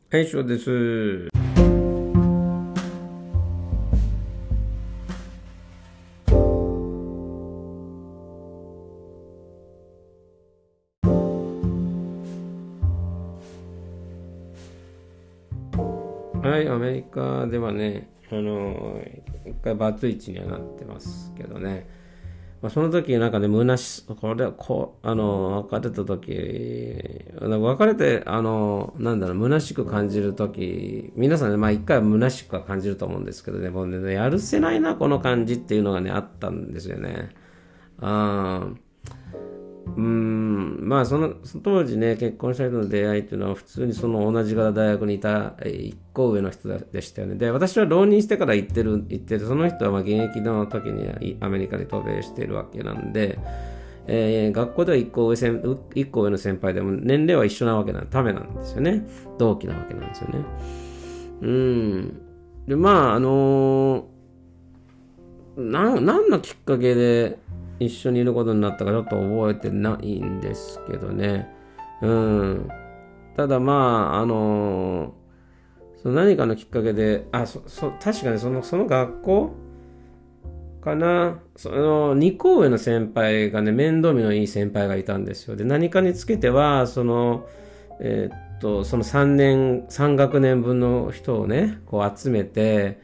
はい、そうです。はい、アメリカではね、一回バツイチにはなってますけどね。その時なんかね、これは別れた時、別れて、虚しく感じる時、皆さんね、一回は虚しくは感じると思うんですけどね、もうね、やるせないな、この感じっていうのがね、あったんですよね。あーその当時ね、結婚した人の出会いっていうのは、普通にその同じ大学にいた一個上の人でしたよね。で、私は浪人してから行ってる、その人は現役の時にアメリカに渡米しているわけなんで、学校では一個上の先輩でも年齢は一緒なわけためなんですよね。同期なわけなんですよね。うん。で、何のきっかけで一緒にいることになったかちょっと覚えてないんですけどね。うん。ただその何かのきっかけで、確かにその学校かな。その2校上の先輩がね、面倒見のいい先輩がいたんですよ。で、何かにつけては、その3学年分の人をね、こう集めて、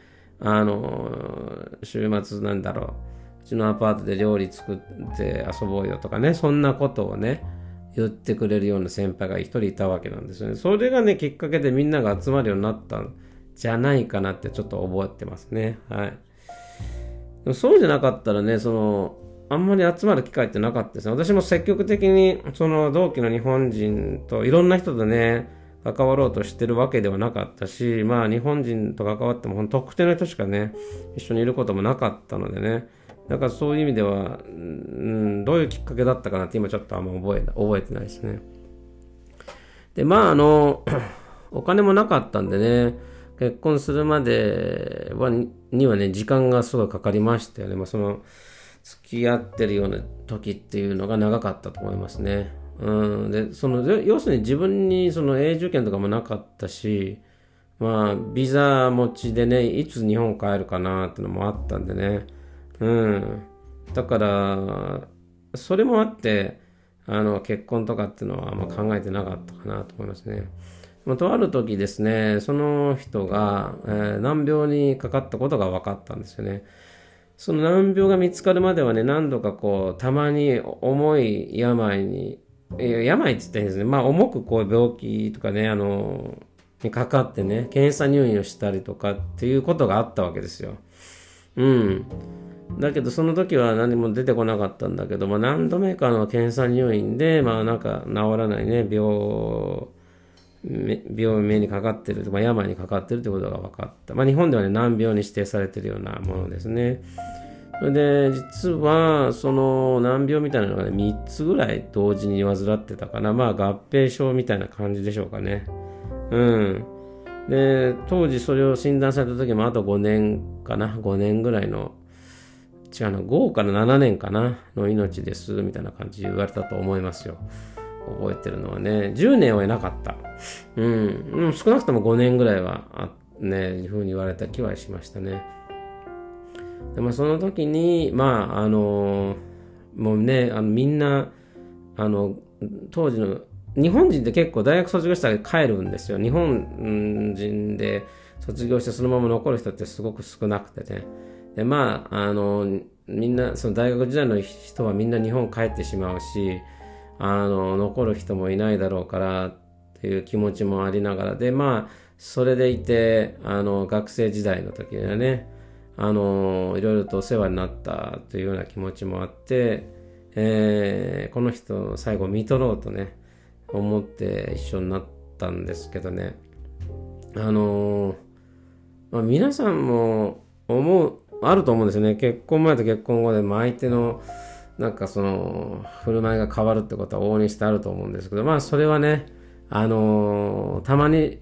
週末うちのアパートで料理作って遊ぼうよとかね、そんなことをね、言ってくれるような先輩が一人いたわけなんですよね。それがね、きっかけでみんなが集まるようになったんじゃないかなってちょっと覚えてますね。はい。でもそうじゃなかったらね、あんまり集まる機会ってなかったですね。私も積極的に、その同期の日本人といろんな人とね、関わろうとしてるわけではなかったし、日本人と関わっても特定の人しかね、一緒にいることもなかったのでね、だからそういう意味では、どういうきっかけだったかなって今ちょっとあんま覚えてないですね。で、お金もなかったんでね、結婚するまでにはね、時間がすごいかかりましたよね。付き合ってるような時っていうのが長かったと思いますね。で、要するに自分にその永住権とかもなかったし、ビザ持ちでね、いつ日本帰るかなってのもあったんでね。うん。だから、それもあって、結婚とかっていうのはあんま考えてなかったかなと思いますね。とある時ですね、その人が、難病にかかったことが分かったんですよね。その難病が見つかるまではね、何度かこう、たまに重い病って言ったらいいんですね。重くこう病気とかね、にかかってね、検査入院をしたりとかっていうことがあったわけですよ。うん。だけどその時は何も出てこなかったんだけど、何度目かの検査入院で、なんか治らないね、病名にかかってる、病にかかってるということが分かった。日本ではね、難病に指定されているようなものですね。それで、実は、その難病みたいなのがね、3つぐらい同時に患ってたかな。合併症みたいな感じでしょうかね。うん。で、当時それを診断された時もあと5年かな。5年ぐらいの、違うな、5から7年かな、の命です、みたいな感じで言われたと思いますよ。覚えてるのはね、10年はいなかった。うん、少なくとも5年ぐらいはいうふうに言われた気はしましたね。でその時に、もうね、みんな、あの、当時の、日本人って結構大学卒業したら帰るんですよ。日本人で卒業してそのまま残る人ってすごく少なくてね。で、みんな、その大学時代の人はみんな日本帰ってしまうし、残る人もいないだろうからっていう気持ちもありながらで、それでいて、学生時代の時にはね、いろいろとお世話になったというような気持ちもあって、この人の最後見とろうとね、思って一緒になったんですけどね、皆さんもあると思うんですよね。結婚前と結婚後でも相手の振る舞いが変わるってことは往々にしてあると思うんですけど、それはね、たまに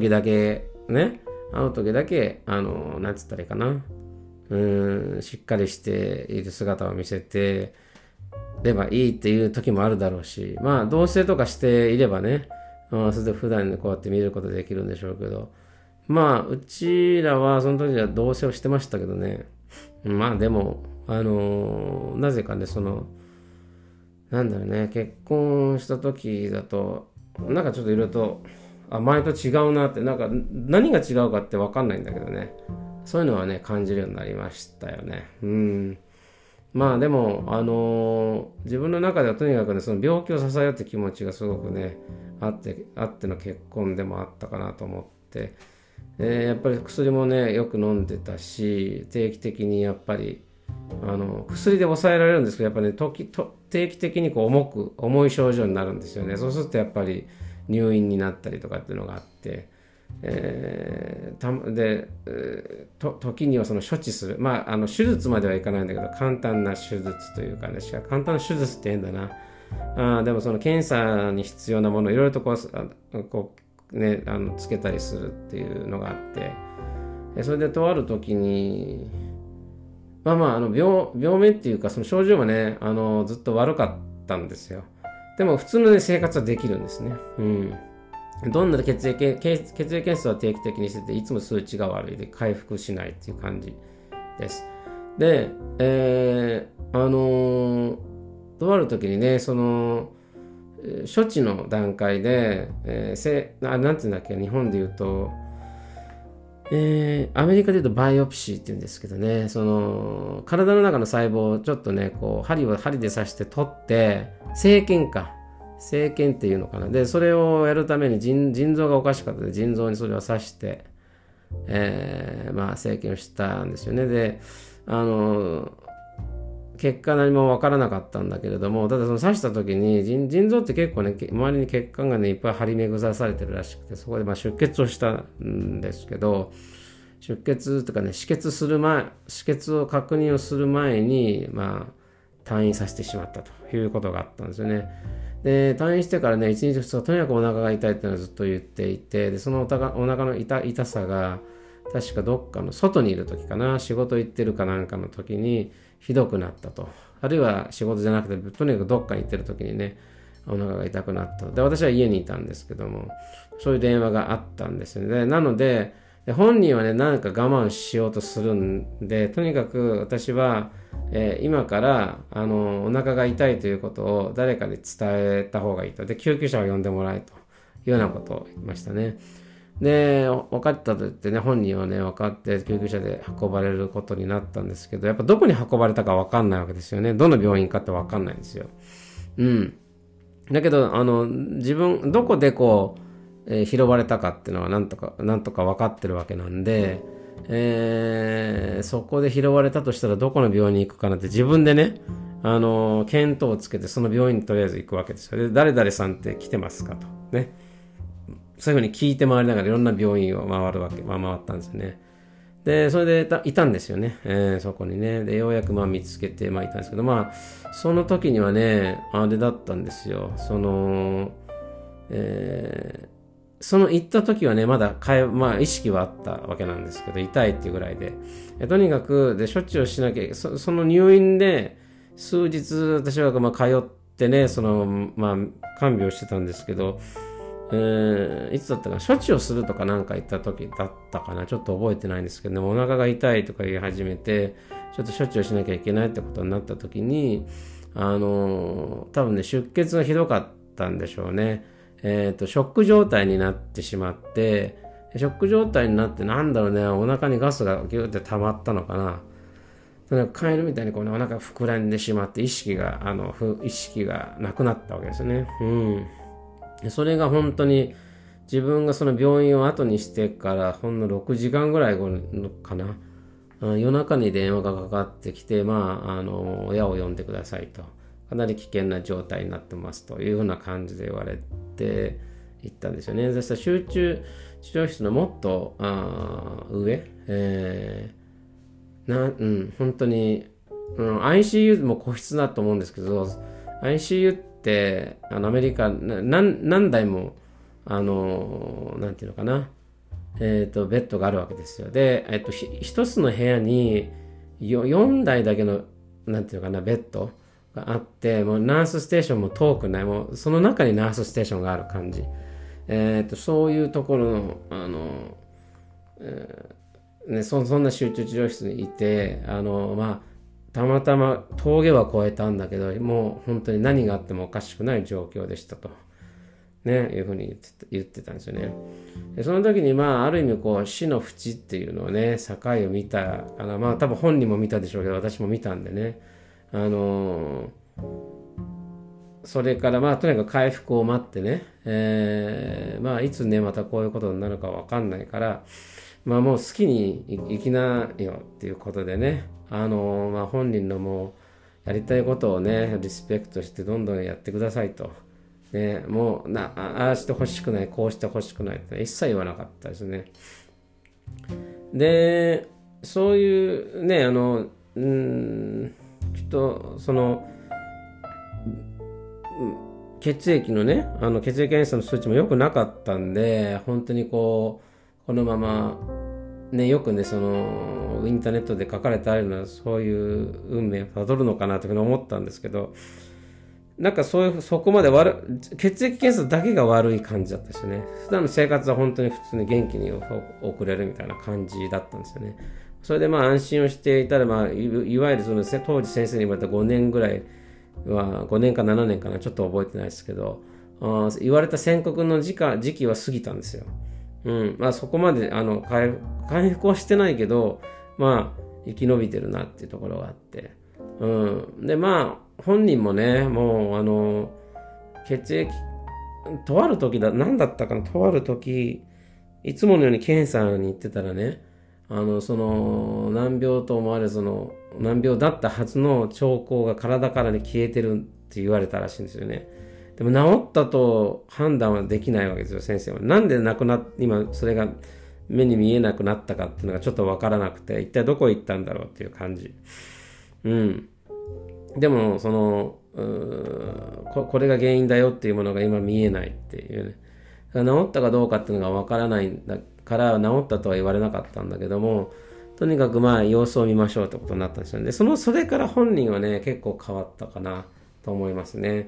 会う時だけ、なんつったらいいかな。しっかりしている姿を見せてればいいっていう時もあるだろうし、同棲とかしていればね、 それで普段こうやって見ることできるんでしょうけど、まあうちらはその時は同棲をしてましたけどね。まあでもなぜかね、なんだろうね、結婚した時だとなんかちょっといろいろと前と違うなって、なんか何が違うかって分かんないんだけどね、そういうのはね感じるようになりましたよね。まあでも自分の中ではとにかくね、その病気を支えようって気持ちがすごくねあっての結婚でもあったかなと思って、やっぱり薬もねよく飲んでたし、定期的にやっぱり薬で抑えられるんですけど、やっぱね定期的にこう重い症状になるんですよね。そうするとやっぱり入院になったりとかっていうのがあって、時にはその処置する、手術まではいかないんだけど、簡単な手術というかね、簡単な手術って変だな。でもその検査に必要なものをいろいろとこうねつけたりするっていうのがあって、それでとある時に病名っていうかその症状はねずっと悪かったんですよ。でも普通の、ね、生活はできるんですね。どんな血液検査は定期的にしてて、いつも数値が悪いで回復しないっていう感じです。で、とある時にね、その処置の段階で、なんていうんだっけ、日本で言うと、アメリカで言うとバイオプシーって言うんですけどね、その体の中の細胞をちょっとねこう針で刺して取生検っていうのかな。でそれをやるために腎臓がおかしかったので腎臓にそれを刺して、生検をしたんですよね。で結果何も分からなかったんだけれども、ただその刺した時に腎臓って結構ね周りに血管がねいっぱい張り巡らされてるらしくて、そこで出血をしたんですけど、出血とかね止血を確認をする前に退院させてしまったということがあったんですよね。で退院してからね1日2日とにかくお腹が痛いっていうのをずっと言っていて、でそのお腹の痛さが確かどっかの外にいる時かな、仕事行ってるかなんかの時にひどくなったと、あるいは仕事じゃなくてとにかくどっかに行ってる時にねお腹が痛くなったで、私は家にいたんですけども、そういう電話があったんですよね。なので本人はね何か我慢しようとするんで、とにかく私は、今からお腹が痛いということを誰かに伝えた方がいいと。で救急車を呼んでもらえというようなことを言いましたね。で分かったと言ってね、本人はね分かって救急車で運ばれることになったんですけど、やっぱどこに運ばれたか分かんないわけですよね。どの病院かって分かんないんですよ。だけど自分どこでこう、拾われたかっていうのはなんとか分かってるわけなんで、そこで拾われたとしたらどこの病院に行くかなって自分でね見当をつけてその病院にとりあえず行くわけですよ。で誰々さんって来てますかとね、そういうふうに聞いて回りながらいろんな病院を回ったんですよね。でそれでいたんですよね、そこにね。でようやく見つけていたんですけど、その時にはねあれだったんですよ。その行った時はねまだ意識はあったわけなんですけど、痛いっていうぐらいで、とにかくで処置をしなきゃ、その入院で数日私は通ってね看病してたんですけど、いつだったかな、処置をするとかなんか言った時だったかな、ちょっと覚えてないんですけど、お腹が痛いとか言い始めてちょっと処置をしなきゃいけないってことになった時に多分ね出血がひどかったんでしょうね。ショック状態になってしまって、ショック状態になってお腹にガスがギューって溜まったのかな。カエルみたいにお腹が膨らんでしまって意識がなくなったわけですよね。それが本当に自分がその病院を後にしてからほんの6時間ぐらい後かな、夜中に電話がかかってきて、親を呼んでくださいと、かなり危険な状態になってますというふうな感じで言われていったんですよね。そしたら集中治療室のもっと上、本当に、ICU も個室だと思うんですけど、 ICU ってアメリカ何台もなんていうのかな、ベッドがあるわけですよ。で、一つの部屋に4台だけのなんていうのかなベッドがあって、もうナースステーションも遠くない、もうその中にナースステーションがある感じそういうところの、そんな集中治療室にいて、たまたま峠は越えたんだけど、もう本当に何があってもおかしくない状況でしたと、いうふうに言ってたんですよね。でその時にある意味こう死の淵っていうのをね、境を見た多分本人も見たでしょうけど、私も見たんでね、それからとにかく回復を待ってね、いつねまたこういうことになるか分かんないから、もう好きに生きなよっていうことでね、本人のもうやりたいことをねリスペクトしてどんどんやってくださいと、ね、もうああしてほしくない、こうしてほしくないって一切言わなかったですね。でそういうねきっとその血液のね血液検査の数値も良くなかったんで、本当にこのままね、よくねそのインターネットで書かれてあるのはそういう運命をたどるのかなというふうに思ったんですけど、なんかそこまで血液検査だけが悪い感じだったですよね。普段の生活は本当に普通に元気に送れるみたいな感じだったんですよね。それで安心をしていたら、いわゆるその当時先生に言われた5年ぐらいは、5年か7年かな、ちょっと覚えてないですけど、言われた宣告の時期は過ぎたんですよ。そこまで回復はしてないけど、生き延びてるなっていうところがあって、で本人もね、もう血液とある時何だったかな、とある時いつものように検査に行ってたらね、その難病と思われるその難病だったはずの兆候が体からね消えてるって言われたらしいんですよね。でも治ったと判断はできないわけですよ、先生は。なんで今それが目に見えなくなったかっていうのがちょっとわからなくて、一体どこ行ったんだろうっていう感じ。でもそのこれが原因だよっていうものが今見えないっていうね。治ったかどうかっていうのがわからないんだから治ったとは言われなかったんだけども、とにかく様子を見ましょうってことになったんですよね。それから本人はね結構変わったかなと思いますね。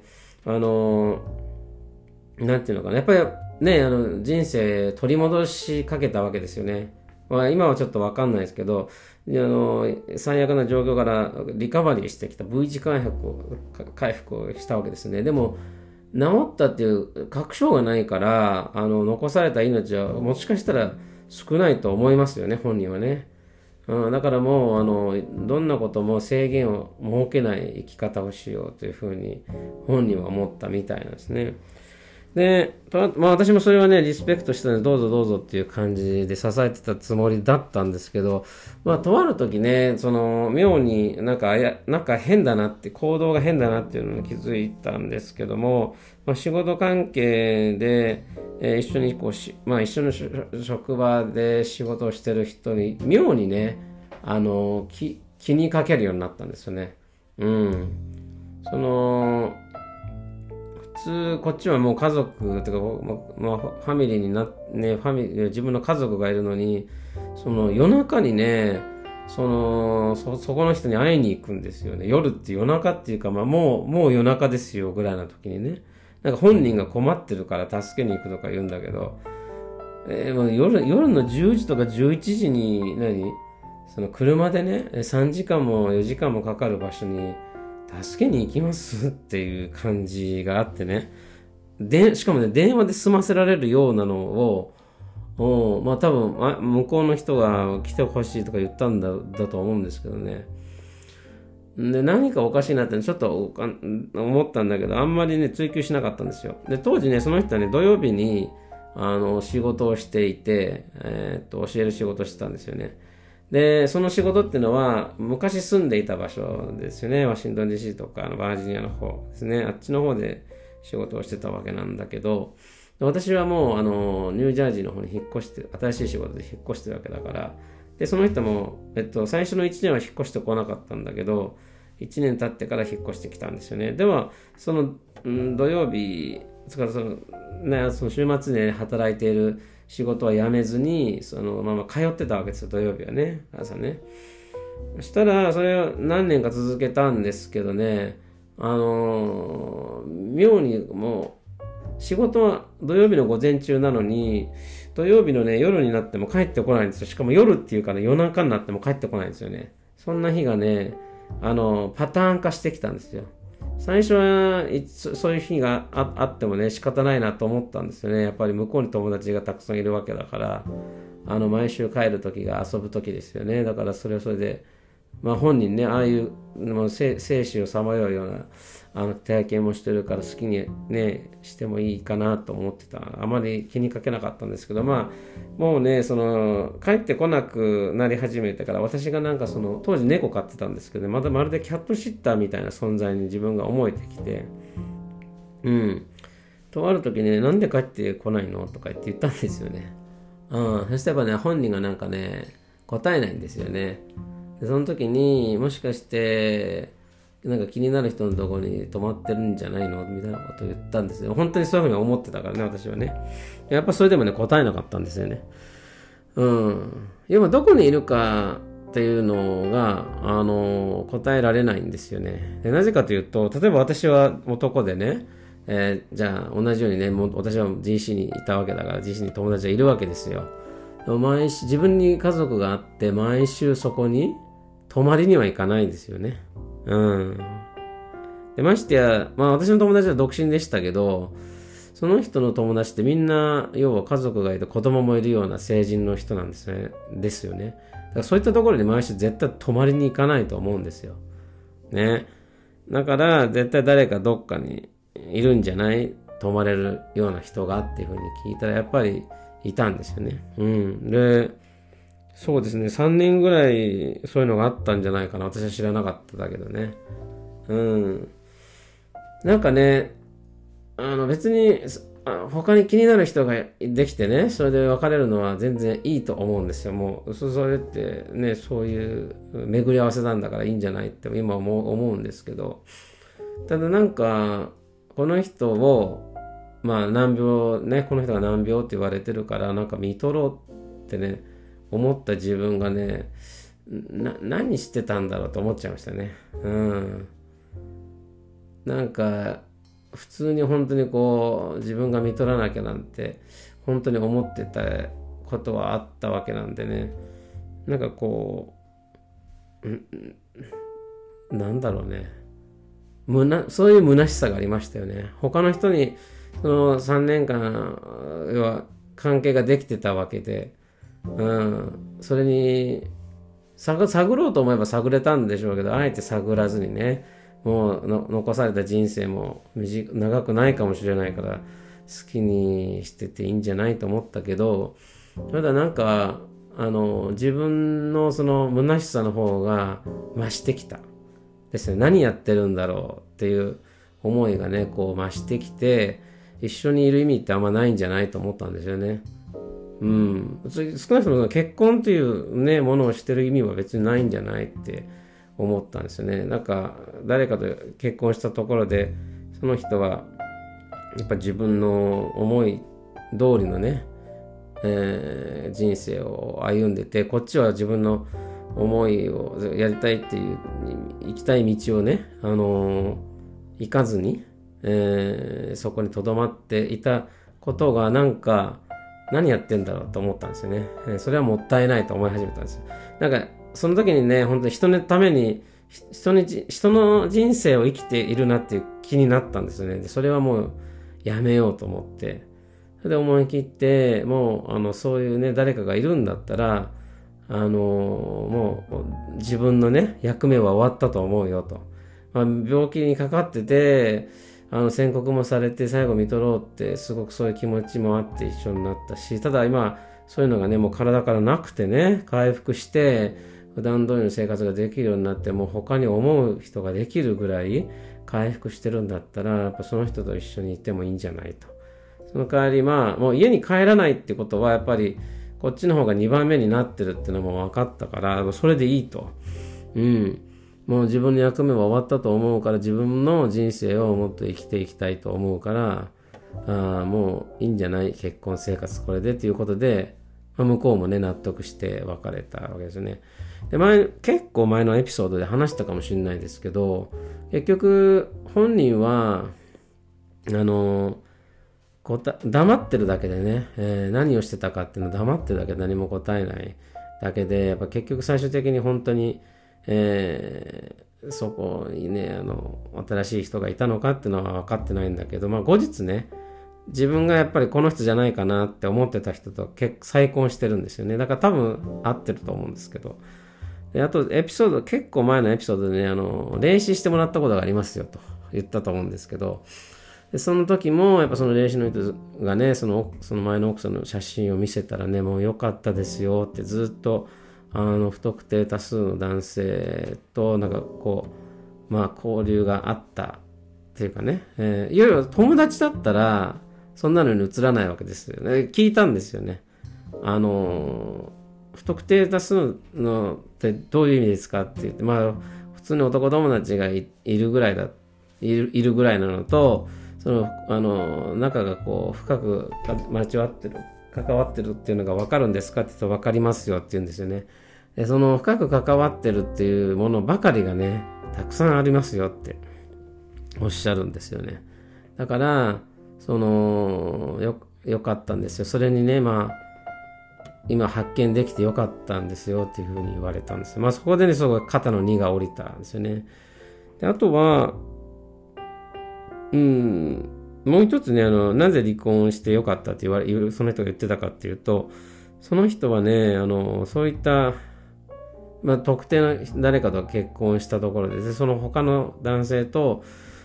なんていうのかな、やっぱりね人生取り戻しかけたわけですよね。今はちょっとわかんないですけど、最悪な状況からリカバリーしてきた V 字回復をしたわけですね。でも治ったっていう確証がないから、残された命はもしかしたら少ないと思いますよね、本人はね。だからもうどんなことも制限を設けない生き方をしようというふうに本人は思ったみたいなんですね。で、私もそれはねリスペクトしたのでどうぞどうぞっていう感じで支えてたつもりだったんですけど、とある時ねその妙になんか変だなって、行動が変だなっていうのに気づいたんですけども、仕事関係で、一緒に一緒の職場で仕事をしてる人に妙にね気にかけるようになったんですよね。その普通こっちはもう家族とか、ファミリーに自分の家族がいるのに、その夜中にねそこの人に会いに行くんですよね。夜って夜中っていうか、もう夜中ですよぐらいの時にね、なんか本人が困ってるから助けに行くとか言うんだけど、夜の10時とか11時にその車でね3時間も4時間もかかる場所に助けに行きますっていう感じがあってね。しかもね電話で済ませられるようなのを多分向こうの人が来てほしいとか言ったんだと思うんですけどね。で何かおかしいなってちょっと思ったんだけど、あんまりね追求しなかったんですよ。で当時ねその人はね土曜日に仕事をしていて、教える仕事をしてたんですよね。でその仕事っていうのは昔住んでいた場所ですよね。ワシントン DC とかバージニアの方ですね。あっちの方で仕事をしてたわけなんだけど、私はもうニュージャージーの方に引っ越して、新しい仕事で引っ越してるわけだから、でその人も、最初の1年は引っ越してこなかったんだけど、1年経ってから引っ越してきたんですよね。でもその、土曜日その週末で働いている仕事は辞めずに通ってたわけですよ、土曜日はね、朝ね。そしたらそれを何年か続けたんですけどね、妙にも仕事は土曜日の午前中なのに、土曜日のね、夜になっても帰ってこないんですよ。しかも夜っていうかね、夜中になっても帰ってこないんですよね。そんな日がね、パターン化してきたんですよ。最初はそういう日があってもね、仕方ないなと思ったんですよね。やっぱり向こうに友達がたくさんいるわけだから、毎週帰る時が遊ぶ時ですよね。だからそれはそれで、まあ本人ね、ああいう生死をさまようような体験もしてるから好きにね、してもいいかなと思ってた。あまり気にかけなかったんですけど、まあ、もうね、帰ってこなくなり始めてから、私がなんか当時猫飼ってたんですけど、まるでキャットシッターみたいな存在に自分が思えてきて、うん。とある時ね、なんで帰ってこないのとか言ったんですよね。そしたらやっぱね、本人がなんかね、答えないんですよね。でその時にもしかしてなんか気になる人のところに泊まってるんじゃないのみたいなことを言ったんですよ。本当にそういうふうに思ってたからね、私はね。やっぱそれでもね、答えなかったんですよね。今どこにいるかっていうのが答えられないんですよね。でなぜかというと、例えば私は男でね、じゃあ同じようにね、もう私は GC にいたわけだから GC に友達がいるわけですよ。自分に家族があって毎週そこに泊まりには行かないんですよね。でましてや、まあ私の友達は独身でしたけど、その人の友達ってみんな要は家族がいて子供もいるような成人の人なんですね。ですよね。だからそういったところに毎週絶対泊まりに行かないと思うんですよ。ね。だから絶対誰かどっかにいるんじゃない？泊まれるような人がっていうふうに聞いたらやっぱりいたんですよね。で、そうですね、3年ぐらいそういうのがあったんじゃないかな。私は知らなかっただけどね。なんかね、別に、他に気になる人ができてね、それで別れるのは全然いいと思うんですよ。もう、それってね、そういう巡り合わせなんだからいいんじゃないって今思うんですけど、ただなんか、この人を、まあ難病ね、この人が難病って言われてるからなんか見とろうってね思った自分がね、何してたんだろうと思っちゃいましたね。なんか普通に本当にこう自分が見とらなきゃなんて本当に思ってたことはあったわけなんでね、なんかこうなんだろうね、そういう虚しさがありましたよね。他の人にその3年間は関係ができてたわけで、それに探ろうと思えば探れたんでしょうけど、あえて探らずにね、もう残された人生も長くないかもしれないから好きにしてていいんじゃないと思ったけど、ただなんか自分のその虚しさの方が増してきたですね。何やってるんだろうっていう思いがねこう増してきて、一緒にいる意味ってあんまないんじゃないと思ったんですよね。少なくとも結婚というねものをしてる意味は別にないんじゃないって思ったんですよね。なんか誰かと結婚したところでその人はやっぱ自分の思い通りのね、人生を歩んでて、こっちは自分の思いをやりたいっていう行きたい道をね、行かずにそこにとどまっていたことがなんか何やってんだろうと思ったんですよね。それはもったいないと思い始めたんですよ。なんかその時にね、本当に人のために人の人生を生きているなっていう気になったんですよね。でそれはもうやめようと思って、それで思い切ってもうそういうね誰かがいるんだったらもう自分のね役目は終わったと思うよと。病気にかかってて宣告もされて最後見とろうってすごくそういう気持ちもあって一緒になったし、ただ今そういうのがねもう体からなくてね回復して普段通りの生活ができるようになって、もう他に思う人ができるぐらい回復してるんだったらやっぱその人と一緒にいてもいいんじゃないと。その代わりもう家に帰らないってことはやっぱりこっちの方が2番目になってるっていうのも分かったから、それでいいと。もう自分の役目は終わったと思うから、自分の人生をもっと生きていきたいと思うから、もういいんじゃない結婚生活これでっていうことで、向こうもね納得して別れたわけですよね。で結構前のエピソードで話したかもしれないですけど、結局本人は黙ってるだけでね、何をしてたかっていうのを黙ってるだけで何も答えないだけで、やっぱ結局最終的に本当に、そこにね、新しい人がいたのかっていうのは分かってないんだけど、後日ね、自分がやっぱりこの人じゃないかなって思ってた人と再婚してるんですよね。だから多分合ってると思うんですけど。で、あと結構前のエピソードでね、霊視してもらったことがありますよと言ったと思うんですけど、でその時もやっぱその霊視の人がね、その前の奥さんの写真を見せたらね、もう良かったですよってずっと不特定多数の男性となんか交流があったっていうかね、いよいよ友達だったらそんなのに映らないわけですよね。聞いたんですよね。不特定多数のってどういう意味ですかって言って、普通に男友達がいるぐらいなのと、仲が深く関わってるっていうのが分かるんですかって言うと分かりますよって言うんですよね。で、その深く関わってるっていうものばかりがね、たくさんありますよっておっしゃるんですよね。だから、よかったんですよ。それにね、今発見できてよかったんですよっていうふうに言われたんですよ。そこでね、肩の荷が下りたんですよね。で、あとは、もう一つね、なぜ離婚してよかったってその人が言ってたかっていうと、その人はね、そういった、特定の誰かと結婚したところで、その他の男性と、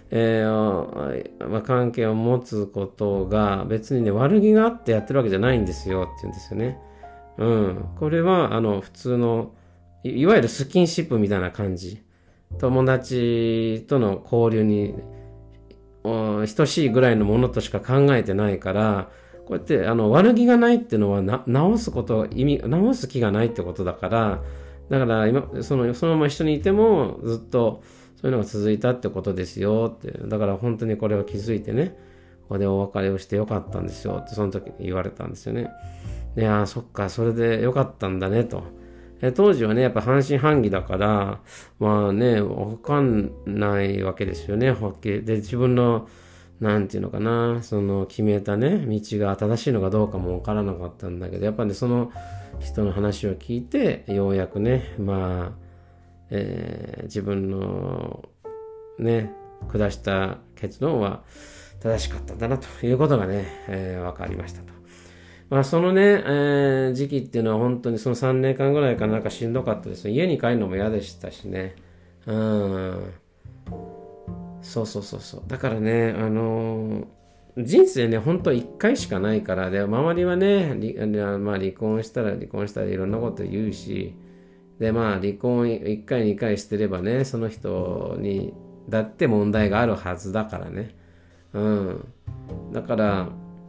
関係を持つことが別にね、悪気があってやってるわけじゃないんですよって言うんですよね。これは、普通の、いわゆるスキンシップみたいな感じ。友達との交流に、等しいぐらいのものとしか考えてないから、こうやって悪気がないっていうのは直す気がないってことだから、そのまま一緒にいてもずっとそういうのが続いたってことですよって。だから本当にこれを気づいてね、ここでお別れをしてよかったんですよってその時に言われたんですよね。いやー、そっか、それでよかったんだねと。当時はね、やっぱ半信半疑だから、わかんないわけですよね、はっきり。で、自分の、なんていうのかな、決めたね、道が正しいのかどうかもわからなかったんだけど、やっぱね、その人の話を聞いて、ようやくね、自分のね、下した結論は正しかったんだなということがね、わかりましたと。そのね、時期っていうのは本当にその3年間ぐらいかなんかしんどかったです。家に帰るのも嫌でしたしね。そう。だからね、人生ね、本当1回しかないから、で、周りはね、離婚したらいろんなこと言うし、で、離婚1回2回してればね、その人にだって問題があるはずだからね。だから、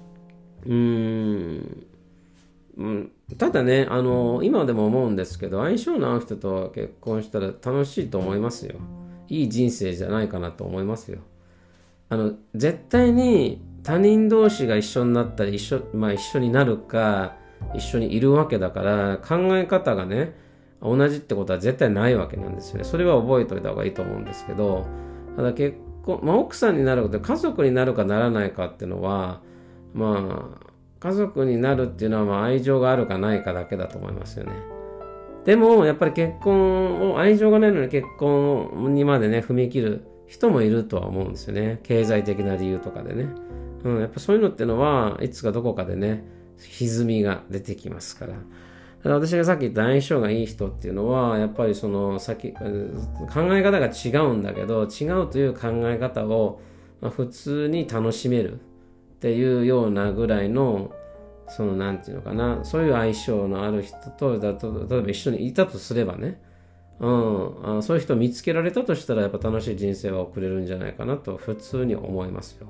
ただね、今でも思うんですけど、相性の合う人と結婚したら楽しいと思いますよ。いい人生じゃないかなと思いますよ。絶対に他人同士が一緒になったり、一緒になるか、一緒にいるわけだから、考え方がね、同じってことは絶対ないわけなんですよね。それは覚えておいた方がいいと思うんですけど、ただ結婚、奥さんになることで家族になるかならないかっていうのは、家族になるっていうのは愛情があるかないかだけだと思いますよね。でもやっぱり愛情がないのに結婚にまでね踏み切る人もいるとは思うんですよね。経済的な理由とかでね。やっぱそういうのってのはいつかどこかでね歪みが出てきますから。私がさっき言った相性がいい人っていうのはやっぱり考え方が違うんだけど、違うという考え方を普通に楽しめるっていうようなぐらいのなんていうのかな、そういう相性のある人と例えば一緒にいたとすればね、そういう人を見つけられたとしたらやっぱ楽しい人生は送れるんじゃないかなと普通に思いますよ。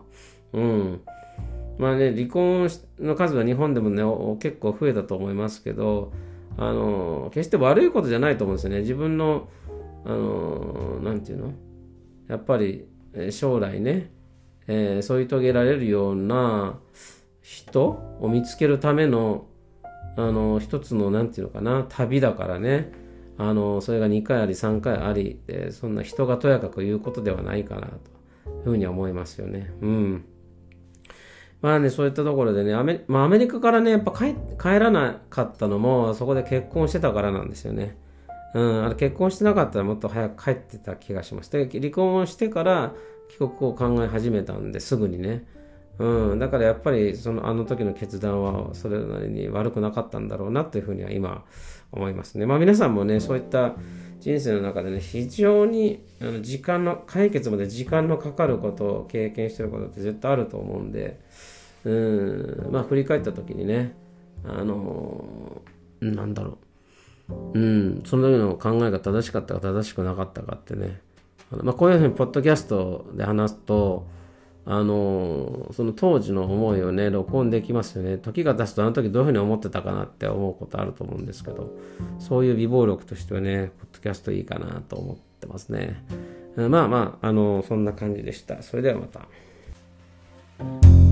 離婚の数は日本でもね結構増えたと思いますけど、決して悪いことじゃないと思うんですよね。自分のなんていうの、やっぱり将来ね、添い遂げられるような人を見つけるための一つのなんていうのかな、旅だからね。それが2回あり3回ありで、そんな人がとやかく言うことではないかなというふうに思いますよね。 まあね、そういったところでね、アメリカからね、やっぱ帰らなかったのも、そこで結婚してたからなんですよね。あれ結婚してなかったらもっと早く帰ってた気がします。で、離婚をしてから帰国を考え始めたんですぐにね。だからやっぱりあの時の決断はそれなりに悪くなかったんだろうなというふうには今思いますね。まあ皆さんもね、そういった人生の中でね、非常に解決まで時間のかかることを経験してることって絶対あると思うんで、まあ振り返った時にね、なんだろその時の考えが正しかったか正しくなかったかってね、まあこういうふうにポッドキャストで話すと、その当時の思いをね、録音できますよね。時が経つとあの時どういうふうに思ってたかなって思うことあると思うんですけど、そういう備忘録としてはね、ポッドキャストいいかなと思ってますね。まあまあ、そんな感じでした。それではまた。